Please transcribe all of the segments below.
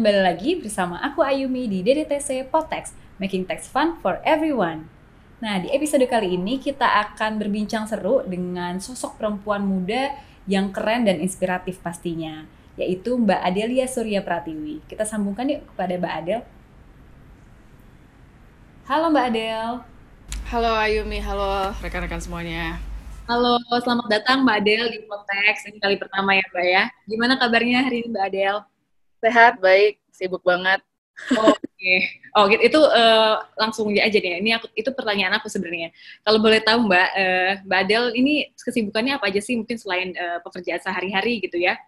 kembali lagi bersama aku Ayumi di DDTC Potex, Making Tax Fun for Everyone. Nah, di episode kali ini kita akan berbincang seru dengan sosok perempuan muda yang keren dan inspiratif pastinya, yaitu Mbak Adelia Surya Pratiwi. Kita sambungkan yuk kepada Mbak Adel. Halo Mbak Adel. Halo Ayumi, halo rekan-rekan semuanya. Halo, selamat datang Mbak Adel di Potex. Ini kali pertama ya Mbak ya. Gimana kabarnya hari ini Mbak Adel? Sehat, baik, sibuk banget. Oke. Oh, gitu. Itu langsung aja nih. Ini itu pertanyaan aku sebenarnya. Kalau boleh tahu Mbak Adel ini kesibukannya apa aja sih? Mungkin selain pekerjaan sehari-hari gitu ya?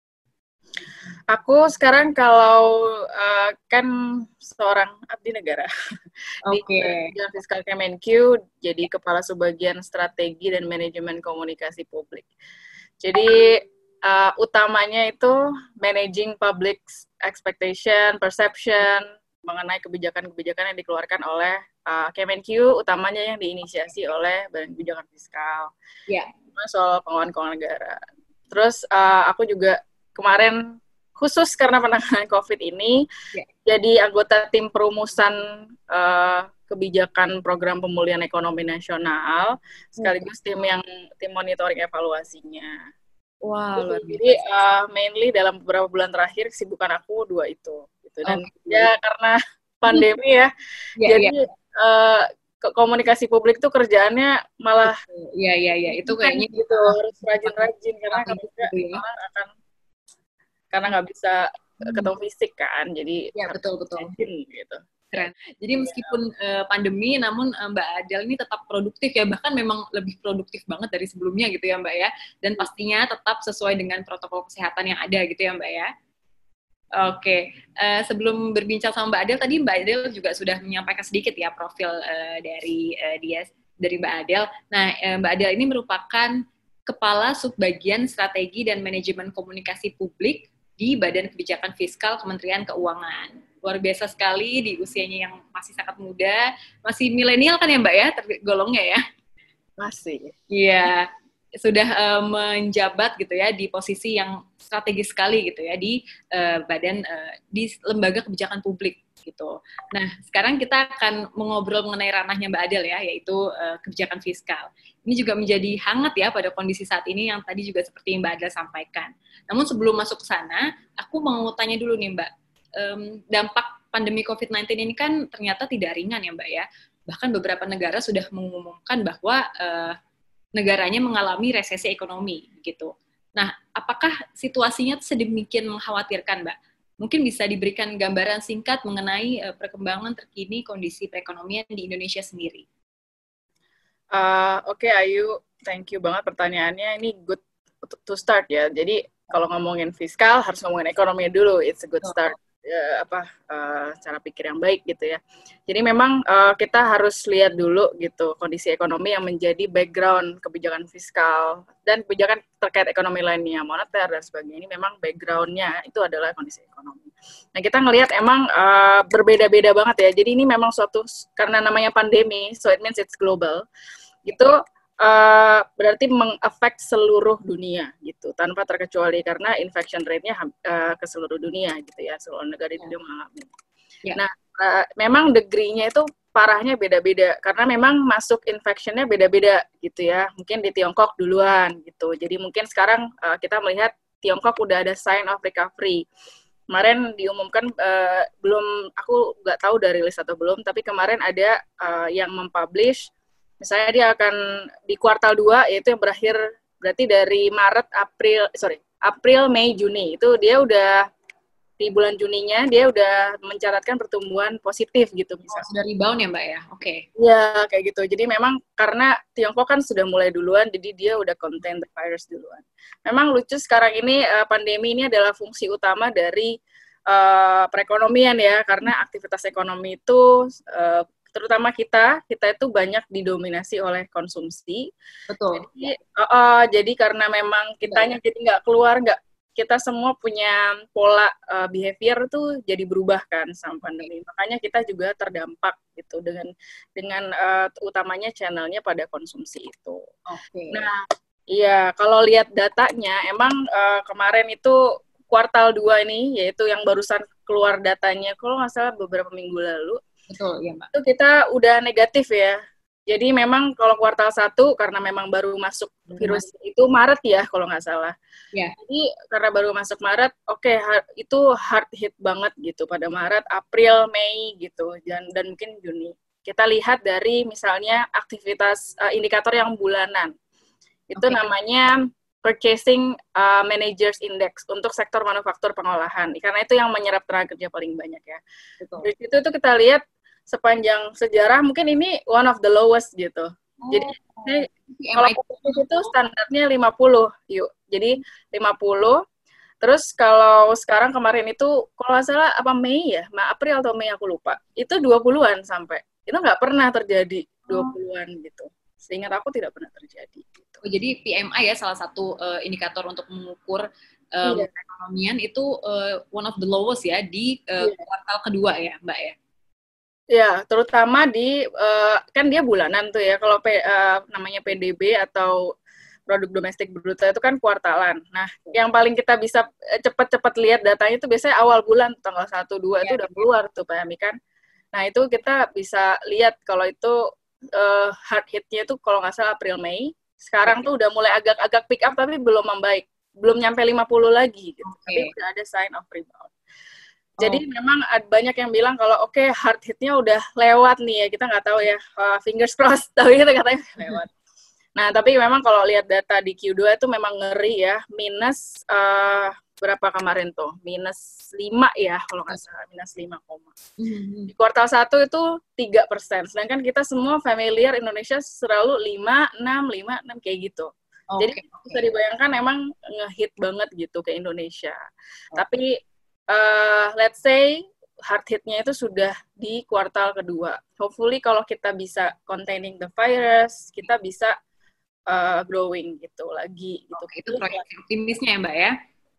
Aku sekarang kalau kan seorang abdi negara di Oke. Badan Fiskal Kemenq, jadi Kepala Subbagian Strategi dan Manajemen Komunikasi Publik. Jadi utamanya itu managing public expectation, perception mengenai kebijakan-kebijakan yang dikeluarkan oleh Kemenq, utamanya yang diinisiasi oleh Badan Kebijakan Fiskal. Ya. Soal pengelolaan keuangan negara. Terus aku juga kemarin khusus karena penanganan COVID ini, jadi anggota tim perumusan kebijakan program pemulihan ekonomi nasional, sekaligus tim monitoring evaluasinya. Wah, luar Jadi biasa. mainly dalam beberapa bulan terakhir kesibukan aku dua itu. Gitu. Dan ya karena pandemi ya, jadi komunikasi publik tuh kerjaannya malah itu kayaknya gitu, harus rajin-rajin karena kalau enggak malah akan karena nggak bisa ketemu fisik kan, jadi betul gitu. Keren. Jadi meskipun pandemi, namun Mbak Adel ini tetap produktif ya, bahkan memang lebih produktif banget dari sebelumnya gitu ya Mbak ya, dan pastinya tetap sesuai dengan protokol kesehatan yang ada gitu ya Mbak ya. Oke, sebelum berbincang sama Mbak Adel, tadi Mbak Adel juga sudah menyampaikan sedikit ya profil dari Mbak Adel. Nah, Mbak Adel ini merupakan Kepala Subbagian Strategi dan Manajemen Komunikasi Publik di Badan Kebijakan Fiskal Kementerian Keuangan. Luar biasa sekali di usianya yang masih sangat muda, masih milenial kan ya Mbak ya, tergolongnya ya? Masih. Iya, sudah menjabat gitu ya di posisi yang strategis sekali gitu ya di di lembaga kebijakan publik gitu. Nah, sekarang kita akan mengobrol mengenai ranahnya Mbak Adel ya, yaitu kebijakan fiskal. Ini juga menjadi hangat ya pada kondisi saat ini yang tadi juga seperti Mbak Adel sampaikan. Namun sebelum masuk ke sana, aku mau tanya dulu nih Mbak, dampak pandemi COVID-19 ini kan ternyata tidak ringan ya Mbak ya. Bahkan beberapa negara sudah mengumumkan bahwa negaranya mengalami resesi ekonomi gitu. Nah, apakah situasinya sedemikian mengkhawatirkan, Mbak? Mungkin bisa diberikan gambaran singkat mengenai perkembangan terkini kondisi perekonomian di Indonesia sendiri. Oke, Ayu, thank you banget pertanyaannya. Ini good to start ya. Jadi kalau ngomongin fiskal harus ngomongin ekonomi dulu. It's a good start. Cara pikir yang baik gitu ya. Jadi memang kita harus lihat dulu gitu kondisi ekonomi yang menjadi background kebijakan fiskal dan kebijakan terkait ekonomi lainnya, moneter dan sebagainya. Ini memang backgroundnya itu adalah kondisi ekonomi. Nah kita ngelihat emang berbeda-beda banget ya. Jadi ini memang suatu karena namanya pandemi, so it means it's global. Itu berarti mengefek seluruh dunia gitu tanpa terkecuali karena infection rate-nya ke seluruh dunia gitu ya, seluruh negara di dunia mengalami. Nah, memang degree-nya itu parahnya beda-beda karena memang masuk infection-nya beda-beda gitu ya. Mungkin di Tiongkok duluan gitu. Jadi mungkin sekarang kita melihat Tiongkok udah ada sign of recovery. Kemarin diumumkan belum, aku nggak tahu udah rilis atau belum, tapi kemarin ada yang mempublish misalnya dia akan di kuartal 2, yaitu yang berakhir berarti dari April, Mei, Juni. Itu dia udah di bulan Juninya dia udah mencatatkan pertumbuhan positif gitu misalnya. Sudah rebound ya Mbak ya? Oke. Ya, kayak gitu. Jadi memang karena Tiongkok kan sudah mulai duluan, jadi dia udah contain the virus duluan. Memang lucu sekarang ini pandemi ini adalah fungsi utama dari perekonomian ya, karena aktivitas ekonomi itu terutama kita itu banyak didominasi oleh konsumsi. Betul. Jadi karena memang kitanya jadi nggak keluar, kita semua punya pola behavior tuh jadi berubah kan sama pandemi. Makanya kita juga terdampak gitu dengan utamanya channelnya pada konsumsi itu. Oke. Nah, iya kalau lihat datanya emang kemarin itu kuartal 2 ini, yaitu yang barusan keluar datanya, kalau nggak salah beberapa minggu lalu, Betul, ya Mbak. itu kita udah negatif ya. Jadi memang kalau kuartal 1, karena memang baru masuk virus itu Maret ya, kalau nggak salah. Ya. Jadi karena baru masuk Maret, itu hard hit banget gitu pada Maret, April, Mei gitu, dan mungkin Juni. Kita lihat dari misalnya aktivitas indikator yang bulanan. Itu namanya Purchasing Managers Index untuk sektor manufaktur pengolahan. Karena itu yang menyerap tenaga kerja paling banyak ya. Dari situ tuh kita lihat sepanjang sejarah mungkin ini one of the lowest gitu. Jadi kalau positif itu standarnya 50, yuk. Jadi 50. Terus kalau sekarang kemarin itu kalau nggak salah apa Mei ya, April atau Mei aku lupa. Itu 20-an sampai. Itu nggak pernah terjadi 20-an gitu. Seingat aku tidak pernah terjadi. Gitu. Jadi PMI ya salah satu indikator untuk mengukur perekonomian itu one of the lowest ya di kuartal kedua ya Mbak ya? Ya, terutama di, kan dia bulanan tuh ya, kalau namanya PDB atau produk domestik bruto itu kan kuartalan. Nah, yang paling kita bisa cepat-cepat lihat datanya itu biasanya awal bulan, tanggal 1-2 itu udah keluar tuh PMI kan. Nah, itu kita bisa lihat kalau itu hard hit-nya itu kalau nggak salah April Mei. Sekarang tuh udah mulai agak-agak pick up tapi belum membaik. Belum nyampe 50 lagi gitu. Tapi udah ada sign of rebound. Jadi memang banyak yang bilang kalau hard hit-nya udah lewat nih ya. Kita nggak tahu ya, fingers crossed, tapi kita katanya lewat. Nah, tapi memang kalau lihat data di Q2 itu memang ngeri ya. Minus berapa kemarin tuh? Minus 5 ya, kalau nggak salah. Minus 5, Di kuartal 1 itu 3%. Sedangkan kita semua familiar Indonesia selalu 5, 6 kayak gitu. Jadi bisa dibayangkan emang nge-hit banget gitu ke Indonesia. Tapi let's say hard hit-nya itu sudah di kuartal kedua. Hopefully kalau kita bisa containing the virus, kita bisa growing gitu lagi. Gitu. Itu proyeksi optimisnya ya Mbak ya?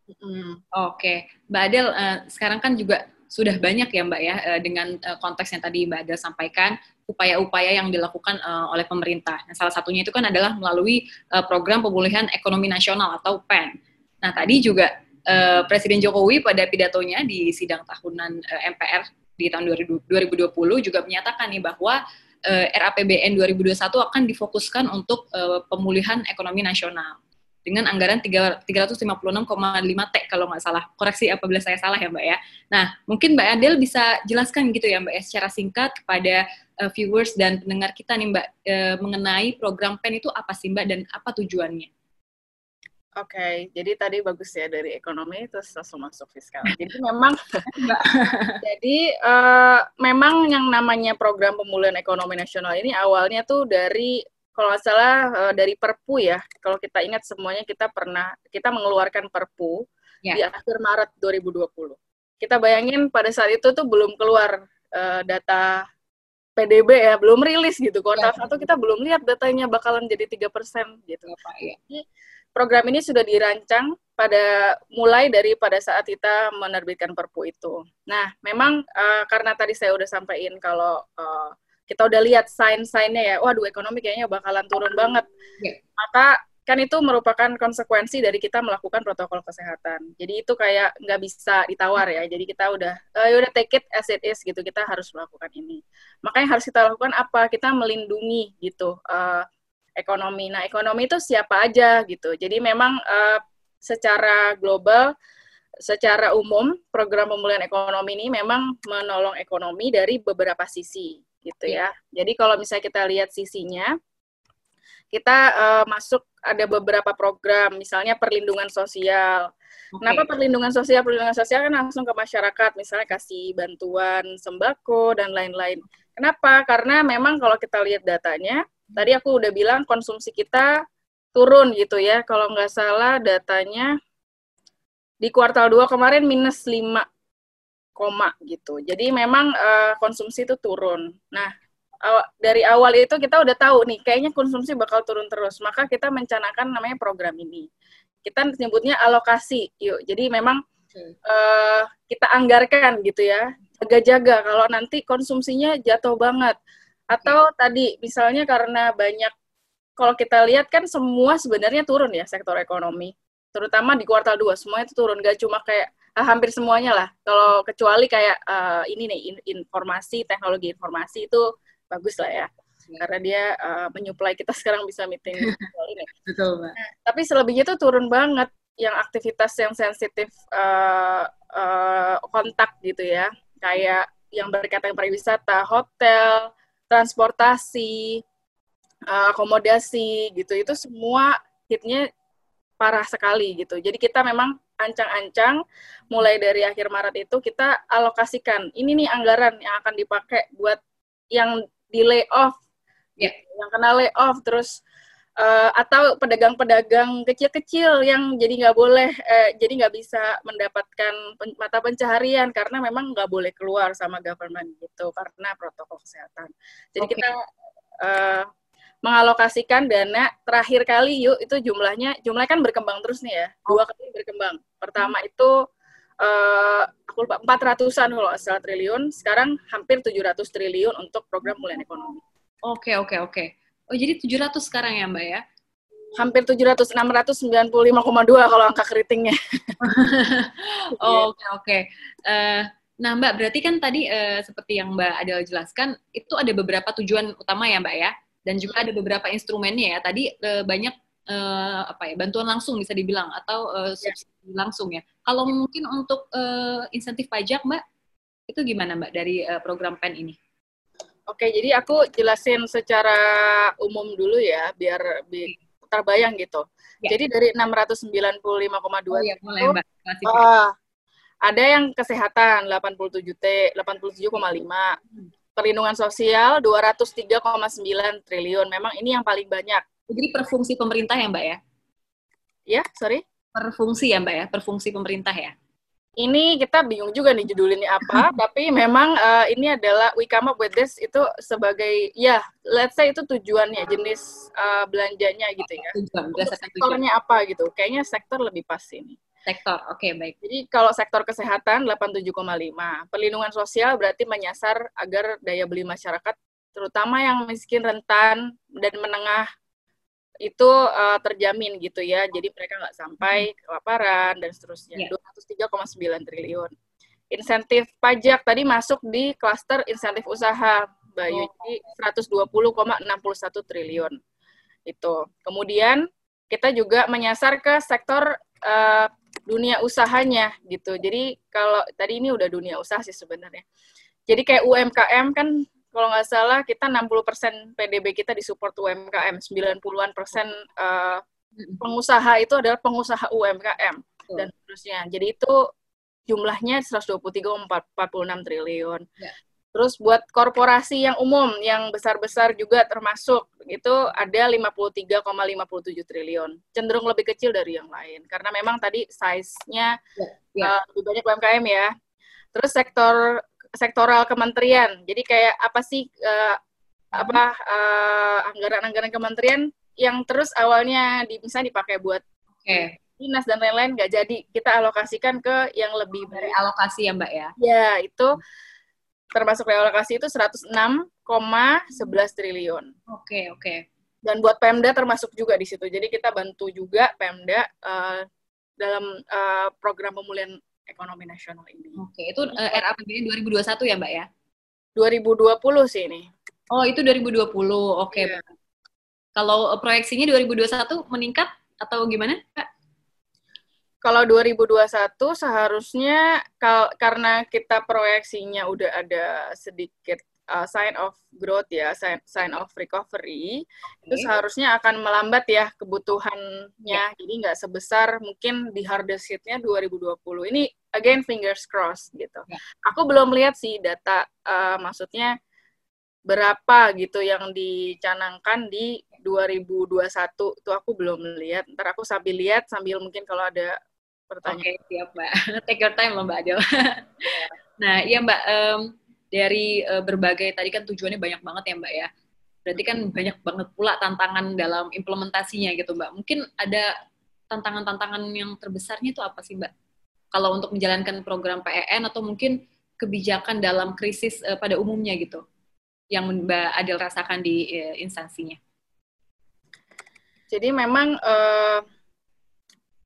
Mbak Adel, sekarang kan juga sudah banyak ya Mbak ya, dengan konteks yang tadi Mbak Adel sampaikan, upaya-upaya yang dilakukan oleh pemerintah. Nah, salah satunya itu kan adalah melalui program pemulihan ekonomi nasional atau PEN. Nah, tadi juga Presiden Jokowi pada pidatonya di sidang tahunan MPR di tahun 2020 juga menyatakan nih bahwa RAPBN 2021 akan difokuskan untuk pemulihan ekonomi nasional dengan anggaran 356,5 T kalau nggak salah. Koreksi apabila saya salah ya Mbak ya. Nah, mungkin Mbak Adel bisa jelaskan gitu ya Mbak ya secara singkat kepada viewers dan pendengar kita nih Mbak mengenai program PEN itu apa sih Mbak dan apa tujuannya? Jadi tadi bagus ya dari ekonomi terus langsung masuk fiskal. Jadi memang memang yang namanya program pemulihan ekonomi nasional ini awalnya tuh dari kalau nggak salah dari Perpu ya. Kalau kita ingat semuanya kita mengeluarkan Perpu di akhir Maret 2020. Kita bayangin pada saat itu tuh belum keluar data PDB ya, belum rilis gitu. Kuartal 1 kita belum lihat datanya bakalan jadi 3% gitu. Jadi, program ini sudah dirancang mulai dari pada saat kita menerbitkan Perpu itu. Nah, memang karena tadi saya udah sampaikan kalau kita udah lihat sign-signnya ya, waduh ekonomi kayaknya bakalan turun banget. Maka kan itu merupakan konsekuensi dari kita melakukan protokol kesehatan. Jadi itu kayak nggak bisa ditawar ya. Jadi kita udah take it as it is gitu. Kita harus melakukan ini. Makanya harus kita lakukan apa? Kita melindungi gitu ekonomi. Nah, ekonomi itu siapa aja gitu. Jadi memang secara global, secara umum, program pemulihan ekonomi ini memang menolong ekonomi dari beberapa sisi gitu ya. Jadi kalau misalnya kita lihat sisinya, kita masuk ada beberapa program, misalnya perlindungan sosial. Kenapa perlindungan sosial? Perlindungan sosial kan langsung ke masyarakat, misalnya kasih bantuan sembako dan lain-lain. Kenapa? Karena memang kalau kita lihat datanya, tadi aku udah bilang konsumsi kita turun gitu ya. Kalau nggak salah datanya di kuartal 2 kemarin minus 5, gitu. Jadi memang konsumsi itu turun. Nah, dari awal itu kita udah tahu nih, kayaknya konsumsi bakal turun terus. Maka kita mencanangkan namanya program ini. Kita nyebutnya alokasi. Yuk. Jadi memang kita anggarkan gitu ya. Jaga-jaga kalau nanti konsumsinya jatuh banget. Atau tadi, misalnya karena banyak, kalau kita lihat kan semua sebenarnya turun ya sektor ekonomi. terutama di kuartal 2 semuanya itu turun, gak cuma kayak hampir semuanya lah. Kalau kecuali kayak ini nih informasi, teknologi informasi itu bagus lah ya. Karena dia menyuplai kita sekarang bisa meeting ini. Betul, Mbak. Nah, tapi selebihnya tuh turun banget yang aktivitas yang sensitif kontak gitu ya. Kayak yang berkaitan pariwisata, hotel, transportasi, akomodasi gitu. Itu semua hitnya parah sekali gitu. Jadi kita memang ancang-ancang mulai dari akhir Maret itu kita alokasikan. Ini nih anggaran yang akan dipakai buat yang di layoff, gitu. Yang kena layoff, terus atau pedagang-pedagang kecil-kecil yang jadi nggak boleh, jadi nggak bisa mendapatkan mata pencaharian karena memang nggak boleh keluar sama government gitu karena protokol kesehatan. Jadi kita mengalokasikan dana terakhir kali itu jumlahnya kan berkembang terus nih ya, 2 kali berkembang. Pertama itu aku lupa 400-an kalau asal triliun, sekarang hampir 700 triliun untuk program pemulihan ekonomi. Oke. Oh, jadi 700 sekarang ya, Mbak ya? Hampir 700, 695,2 kalau angka keritingnya. Oke. Nah, Mbak, berarti kan tadi seperti yang Mbak Adel jelaskan, itu ada beberapa tujuan utama ya, Mbak ya? Dan juga ada beberapa instrumennya ya. Tadi banyak bantuan langsung bisa dibilang atau subsidi langsung ya. Kalau mungkin untuk insentif pajak, Mbak, itu gimana, Mbak, dari program PEN ini? Oke, jadi aku jelasin secara umum dulu ya, biar terbayang gitu. Ya. Jadi dari 695,2 ya, mulai, Mbak. Ada yang kesehatan 87,5, perlindungan sosial 203,9 triliun. Memang ini yang paling banyak. Jadi per fungsi pemerintah ya, Mbak ya? Ya, sorry? Per fungsi ya, Mbak ya? Per fungsi pemerintah ya? Ini kita bingung juga nih judulinnya apa, tapi memang ini adalah we come up with this itu sebagai let's say itu tujuannya, jenis belanjanya gitu ya. Sektornya apa gitu? Kayaknya sektor lebih pas ini. Sektor, oke, baik. Jadi kalau sektor kesehatan 87,5, perlindungan sosial berarti menyasar agar daya beli masyarakat, terutama yang miskin, rentan, dan menengah, itu terjamin gitu ya. Jadi mereka nggak sampai kelaparan dan seterusnya. 203,9 triliun. Insentif pajak tadi masuk di klaster insentif usaha, Mbak Yu. Jadi 120,61 triliun. Itu. Kemudian kita juga menyasar ke sektor dunia usahanya gitu. Jadi kalau tadi ini udah dunia usaha sih sebenarnya. Jadi kayak UMKM kan kalau nggak salah kita 60% PDB kita disupport UMKM, 90-an persen pengusaha itu adalah pengusaha UMKM dan seterusnya. Jadi itu jumlahnya 123,46 triliun. Ya. Terus buat korporasi yang umum, yang besar-besar juga termasuk, itu ada 53,57 triliun. Cenderung lebih kecil dari yang lain, karena memang tadi size-nya lebih banyak UMKM ya. Terus sektoral kementerian, jadi kayak apa sih, anggaran-anggaran kementerian yang terus awalnya misalnya dipakai buat dinas dan lain-lain, nggak jadi, kita alokasikan ke yang lebih dari alokasi ya, Mbak ya? Ya, itu termasuk realokasi itu 106,11 triliun. Oke. Dan buat Pemda termasuk juga di situ. Jadi kita bantu juga Pemda dalam program pemulihan ekonomi nasional ini. Oke, itu RAPBN 2021 ya, Mbak ya? 2020 sih ini. Oh, itu 2020. Oke. Yeah. Kalau proyeksinya 2021 meningkat atau gimana, Kak? Kalau 2021 seharusnya karena kita proyeksinya udah ada sedikit sign of growth ya, sign of recovery, itu seharusnya akan melambat ya kebutuhannya. Jadi nggak sebesar mungkin di hardest hit-nya 2020. Ini again fingers crossed gitu. Aku belum lihat sih data, maksudnya berapa gitu yang dicanangkan di 2021. Itu aku belum lihat. Ntar aku sambil lihat, sambil mungkin kalau ada pertanyaan. Oke, siap Mbak. Take your time loh Mbak Adel. Nah, iya Mbak, dari berbagai, tadi kan tujuannya banyak banget ya Mbak ya. Berarti kan banyak banget pula tantangan dalam implementasinya gitu Mbak. Mungkin ada tantangan-tantangan yang terbesarnya itu apa sih Mbak? Kalau untuk menjalankan program PEN atau mungkin kebijakan dalam krisis pada umumnya gitu, yang Mbak Adel rasakan di instansinya. Jadi memang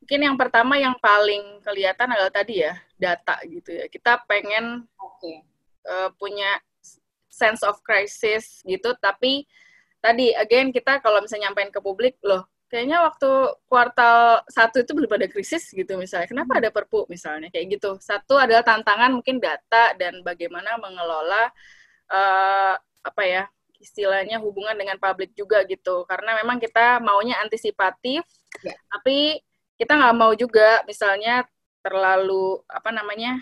Mungkin yang pertama yang paling kelihatan adalah tadi ya, data gitu ya. Kita pengen punya sense of crisis gitu, tapi tadi again kita kalau misalnya nyampein ke publik, loh kayaknya waktu kuartal 1 itu belum ada krisis gitu misalnya. Kenapa ada perpu misalnya kayak gitu. Satu adalah tantangan mungkin data dan bagaimana mengelola apa ya, istilahnya hubungan dengan publik juga gitu. Karena memang kita maunya antisipatif, tapi kita nggak mau juga misalnya terlalu apa namanya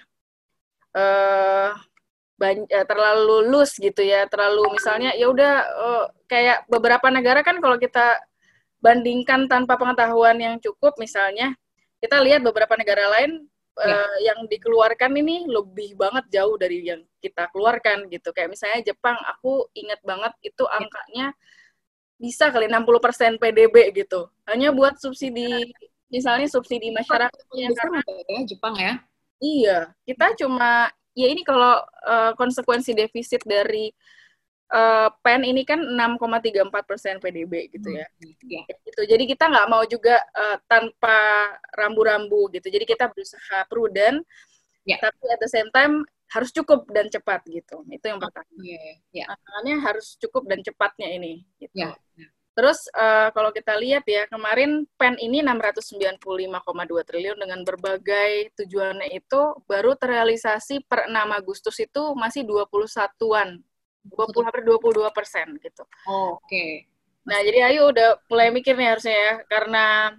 terlalu loose gitu ya, terlalu misalnya ya udah kayak beberapa negara kan kalau kita bandingkan tanpa pengetahuan yang cukup misalnya, kita lihat beberapa negara lain yang dikeluarkan ini lebih banget jauh dari yang kita keluarkan gitu. Kayak misalnya Jepang, aku ingat banget itu angkanya bisa kali 60% PDB gitu. Hanya buat subsidi, misalnya subsidi masyarakat. Karena ya Jepang ya. Iya, kita cuma ya ini kalau konsekuensi defisit dari PEN ini kan 6,34% PDB gitu ya. Gitu. Jadi kita nggak mau juga tanpa rambu-rambu gitu. Jadi kita berusaha prudent, tapi at the same time harus cukup dan cepat gitu. Itu yang pertama. Makanya harus cukup dan cepatnya ini. Gitu. Terus kalau kita lihat ya, kemarin PEN ini 695,2 triliun dengan berbagai tujuannya itu baru terrealisasi per 6 Agustus itu masih 21-an. Hampir 22% gitu. Nah, jadi Ayu udah mulai mikir nih harusnya ya, karena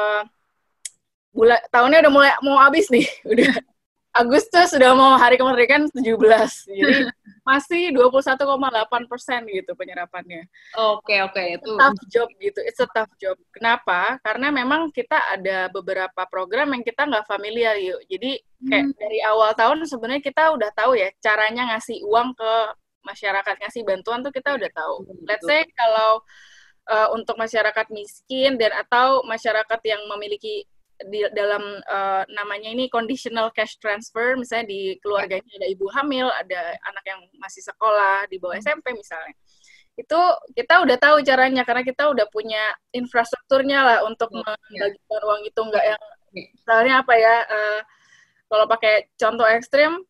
tahunnya udah mulai mau habis nih. Udah Agustus sudah mau hari kemerdekaan 17. Jadi masih 21,8% gitu penyerapannya. Itu tough job gitu. It's a tough job. Kenapa? Karena memang kita ada beberapa program yang kita nggak familiar yuk. Jadi kayak dari awal tahun sebenarnya kita udah tahu ya caranya ngasih uang ke masyarakat, ngasih bantuan tuh kita udah tahu. Let's say kalau untuk masyarakat miskin dan atau masyarakat yang memiliki di dalam namanya ini conditional cash transfer, misalnya di keluarganya ada ibu hamil, ada anak yang masih sekolah di bawah SMP misalnya, itu kita udah tahu caranya karena kita udah punya infrastrukturnya lah untuk membagikan uang itu. Nggak yang misalnya apa ya, kalau pakai contoh ekstrim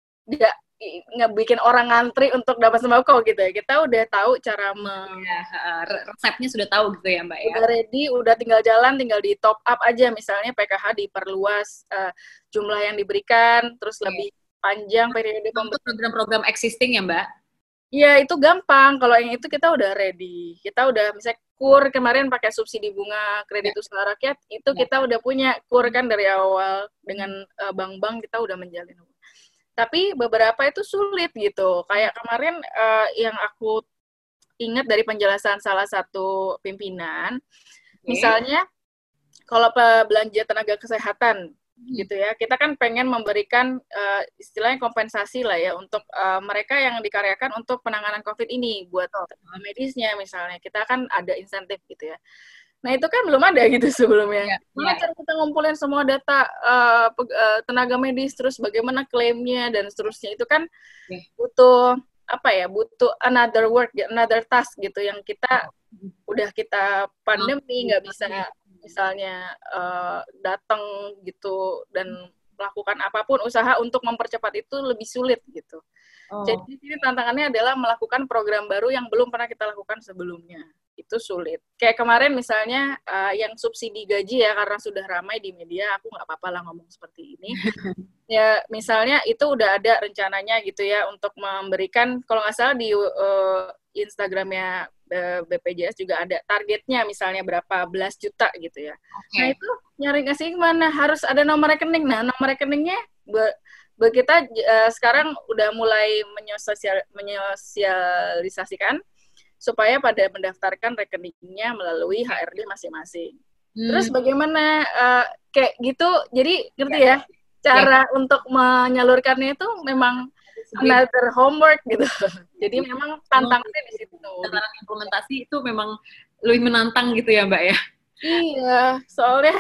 nggak bikin orang ngantri untuk dapat sembako gitu ya. Kita udah tahu cara resepnya sudah tahu gitu ya Mbak ya. Udah ready, udah tinggal jalan, tinggal di top up aja misalnya PKH diperluas jumlah yang diberikan, terus lebih panjang periode untuk program-program existing ya Mbak. Iya, itu gampang. Kalau yang itu kita udah ready. Kita udah misalnya KUR kemarin pakai subsidi bunga kredit usaha rakyat, itu kita udah punya KUR kan dari awal dengan bank-bank kita udah menjalin. Tapi beberapa itu sulit gitu. Kayak kemarin yang aku ingat dari penjelasan salah satu pimpinan, misalnya kalau belanja tenaga kesehatan gitu ya, kita kan pengen memberikan istilahnya kompensasi lah ya untuk mereka yang dikaryakan untuk penanganan COVID ini, buat medisnya misalnya, kita kan ada insentif gitu ya. Nah itu kan belum ada gitu sebelumnya. Mana cara kita ngumpulin semua data tenaga medis, terus bagaimana klaimnya dan seterusnya, itu kan butuh apa ya, butuh another work, another task gitu yang kita udah kita pandemi nggak bisa misalnya datang gitu dan melakukan apapun usaha untuk mempercepat itu lebih sulit gitu. Jadi ini tantangannya adalah melakukan program baru yang belum pernah kita lakukan sebelumnya. Itu sulit. Kayak kemarin misalnya yang subsidi gaji ya, karena sudah ramai di media, aku nggak apa-apa lah ngomong seperti ini. Ya misalnya itu udah ada rencananya gitu ya untuk memberikan, kalau nggak salah di Instagramnya BPJS juga ada targetnya misalnya berapa belas juta gitu ya. Nah itu nyari ngasih gimana? Harus ada nomor rekening. Nah nomor rekeningnya kita sekarang udah mulai menyosialisasikan supaya pada mendaftarkan rekeningnya melalui HRD masing-masing. Terus bagaimana kayak gitu, jadi ngerti ya, cara untuk menyalurkannya itu memang another homework gitu. Jadi memang tantangannya di situ. Tantangan implementasi itu memang lebih menantang gitu ya Mbak ya? Iya, soalnya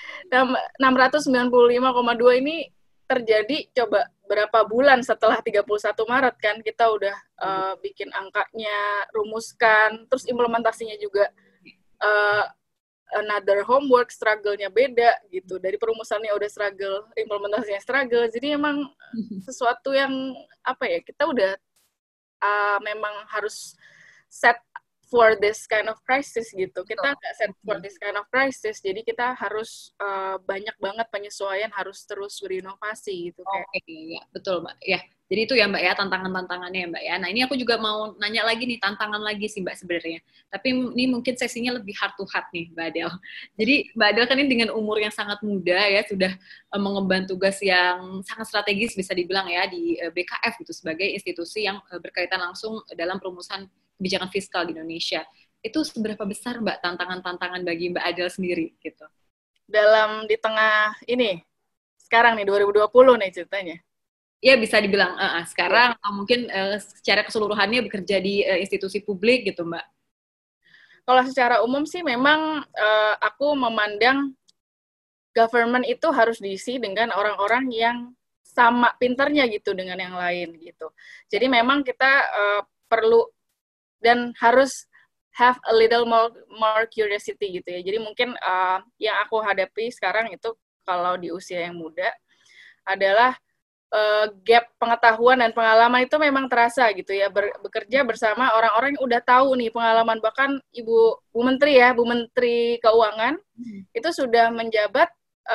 695,2 ini terjadi coba berapa bulan setelah 31 Maret kan kita udah bikin angkanya, rumuskan, terus implementasinya juga another homework, struggle-nya beda gitu. Dari perumusannya udah struggle, implementasinya struggle. Jadi emang sesuatu yang apa ya, kita udah memang harus set for this kind of crisis gitu. Kita nggak set for this kind of crisis, jadi kita harus banyak banget penyesuaian, harus terus berinovasi gitu. Oke, ya, betul Mbak. Ya, jadi itu ya Mbak ya, tantangan-tantangannya ya Mbak ya. Nah ini aku juga mau nanya lagi nih, tantangan lagi sih Mbak sebenarnya. Tapi ini mungkin sesinya lebih heart to heart nih Mbak Adel. Jadi Mbak Adel kan ini dengan umur yang sangat muda ya, sudah mengemban tugas yang sangat strategis bisa dibilang ya di BKF gitu, sebagai institusi yang berkaitan langsung dalam perumusan kebijakan fiskal di Indonesia. Itu seberapa besar Mbak tantangan-tantangan bagi Mbak Adel sendiri gitu? Di tengah ini, sekarang nih 2020 nih ceritanya. Ya bisa dibilang sekarang atau mungkin secara keseluruhannya bekerja di institusi publik gitu Mbak. Kalau secara umum sih memang aku memandang government itu harus diisi dengan orang-orang yang sama pintarnya gitu dengan yang lain gitu. Jadi memang kita perlu dan harus have a little more curiosity gitu ya. Jadi mungkin yang aku hadapi sekarang itu kalau di usia yang muda adalah gap pengetahuan dan pengalaman itu memang terasa gitu ya. Bekerja bersama orang-orang yang udah tahu nih pengalaman, bahkan Bu Menteri Keuangan itu sudah menjabat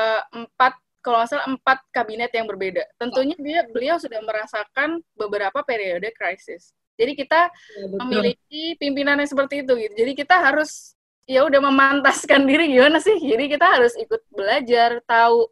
4 kabinet yang berbeda. Tentunya beliau sudah merasakan beberapa periode krisis. Jadi kita memiliki pimpinan yang seperti itu gitu. Jadi kita harus ya udah memantaskan diri gimana sih. Jadi kita harus ikut belajar, tahu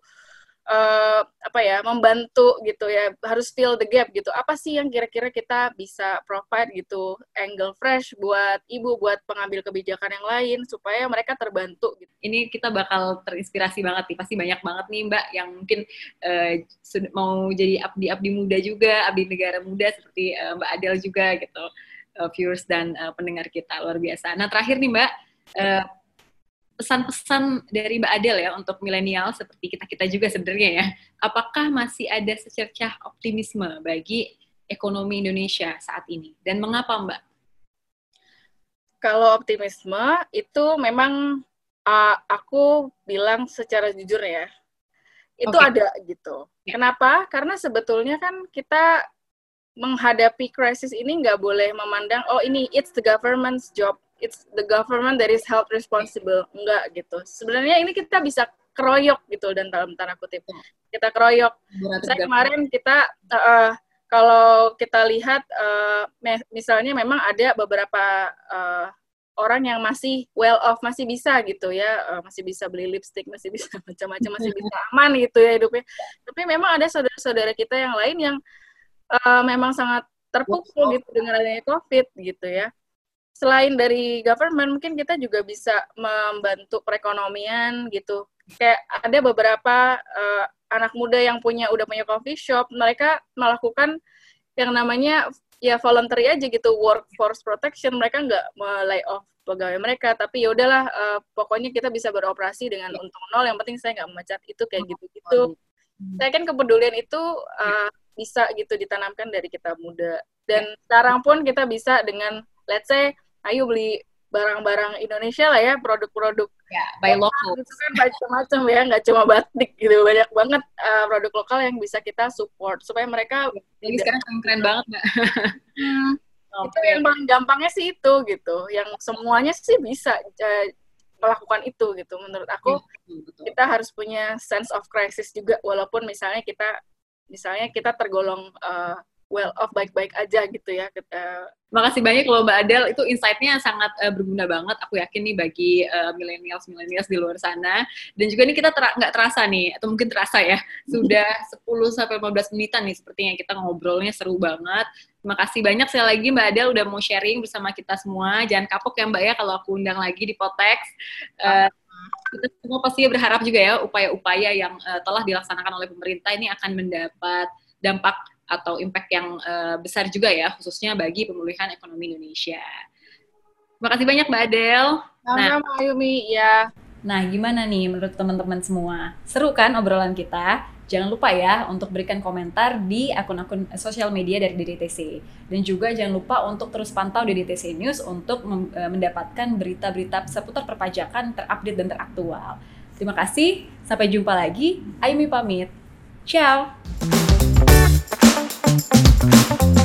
membantu gitu ya, harus fill the gap gitu. Apa sih yang kira-kira kita bisa provide gitu, angle fresh buat ibu, buat pengambil kebijakan yang lain supaya mereka terbantu gitu. Ini kita bakal terinspirasi banget nih, pasti banyak banget nih Mbak yang mungkin mau jadi abdi-abdi muda juga, abdi negara muda seperti Mbak Adel juga gitu, viewers dan pendengar kita, luar biasa. Nah terakhir nih Mbak, pesan-pesan dari Mbak Adel ya untuk milenial seperti kita-kita juga sebenarnya ya, apakah masih ada secercah optimisme bagi ekonomi Indonesia saat ini? Dan mengapa Mbak? Kalau optimisme itu memang aku bilang secara jujur ya, itu ada gitu. Kenapa? Karena sebetulnya kan kita menghadapi krisis ini nggak boleh memandang, oh ini it's the government's job, it's the government that is held responsible. Enggak gitu. Sebenarnya ini kita bisa keroyok gitu, dan dalam tanda kutip. Kita keroyok. Saya kemarin kita, kalau kita lihat, misalnya memang ada beberapa orang yang masih well off, masih bisa gitu ya, masih bisa beli lipstick, masih bisa macam-macam, masih bisa aman gitu ya hidupnya. Tapi memang ada saudara-saudara kita yang lain yang memang sangat terpukul gitu dengan adanya COVID gitu ya. Selain dari government, mungkin kita juga bisa membantu perekonomian gitu. Kayak ada beberapa anak muda yang udah punya coffee shop, mereka melakukan yang namanya ya voluntary aja gitu, workforce protection. Mereka nggak lay off pegawai mereka, tapi ya udahlah, pokoknya kita bisa beroperasi dengan untung nol. Yang penting saya nggak memecat itu, kayak gitu-gitu. Saya kan kepedulian itu bisa gitu ditanamkan dari kita muda. Dan sekarang pun kita bisa dengan, let's say, ayo beli barang-barang Indonesia lah ya, produk-produk by local. Itu kan macam-macam ya, nggak cuma batik gitu, banyak banget produk lokal yang bisa kita support supaya mereka. Jadi sekarang keren banget Mbak. Itu yang paling gampangnya sih itu gitu, yang semuanya sih bisa melakukan itu gitu. Menurut aku kita harus punya sense of crisis juga, walaupun misalnya kita tergolong well off, baik-baik aja gitu ya. Makasih banyak loh Mbak Adel, itu insight-nya sangat berguna banget, aku yakin nih bagi millennials di luar sana. Dan juga nih kita nggak terasa nih, atau mungkin terasa ya, sudah 10-15 menitan nih sepertinya kita ngobrolnya seru banget. Terima kasih banyak sekali lagi Mbak Adel udah mau sharing bersama kita semua. Jangan kapok ya Mbak ya kalau aku undang lagi di Potex. Kita semua pasti berharap juga ya upaya-upaya yang telah dilaksanakan oleh pemerintah ini akan mendapat dampak atau impact yang besar juga ya, khususnya bagi pemulihan ekonomi Indonesia. Terima kasih banyak Mbak Adel. Sama-sama Ayumi, ya. Nah, gimana nih menurut teman-teman semua? Seru kan obrolan kita? Jangan lupa ya untuk berikan komentar di akun-akun sosial media dari DDTC. Dan juga jangan lupa untuk terus pantau DDTC News untuk mendapatkan berita-berita seputar perpajakan terupdate dan teraktual. Terima kasih, sampai jumpa lagi. Aimi pamit. Ciao!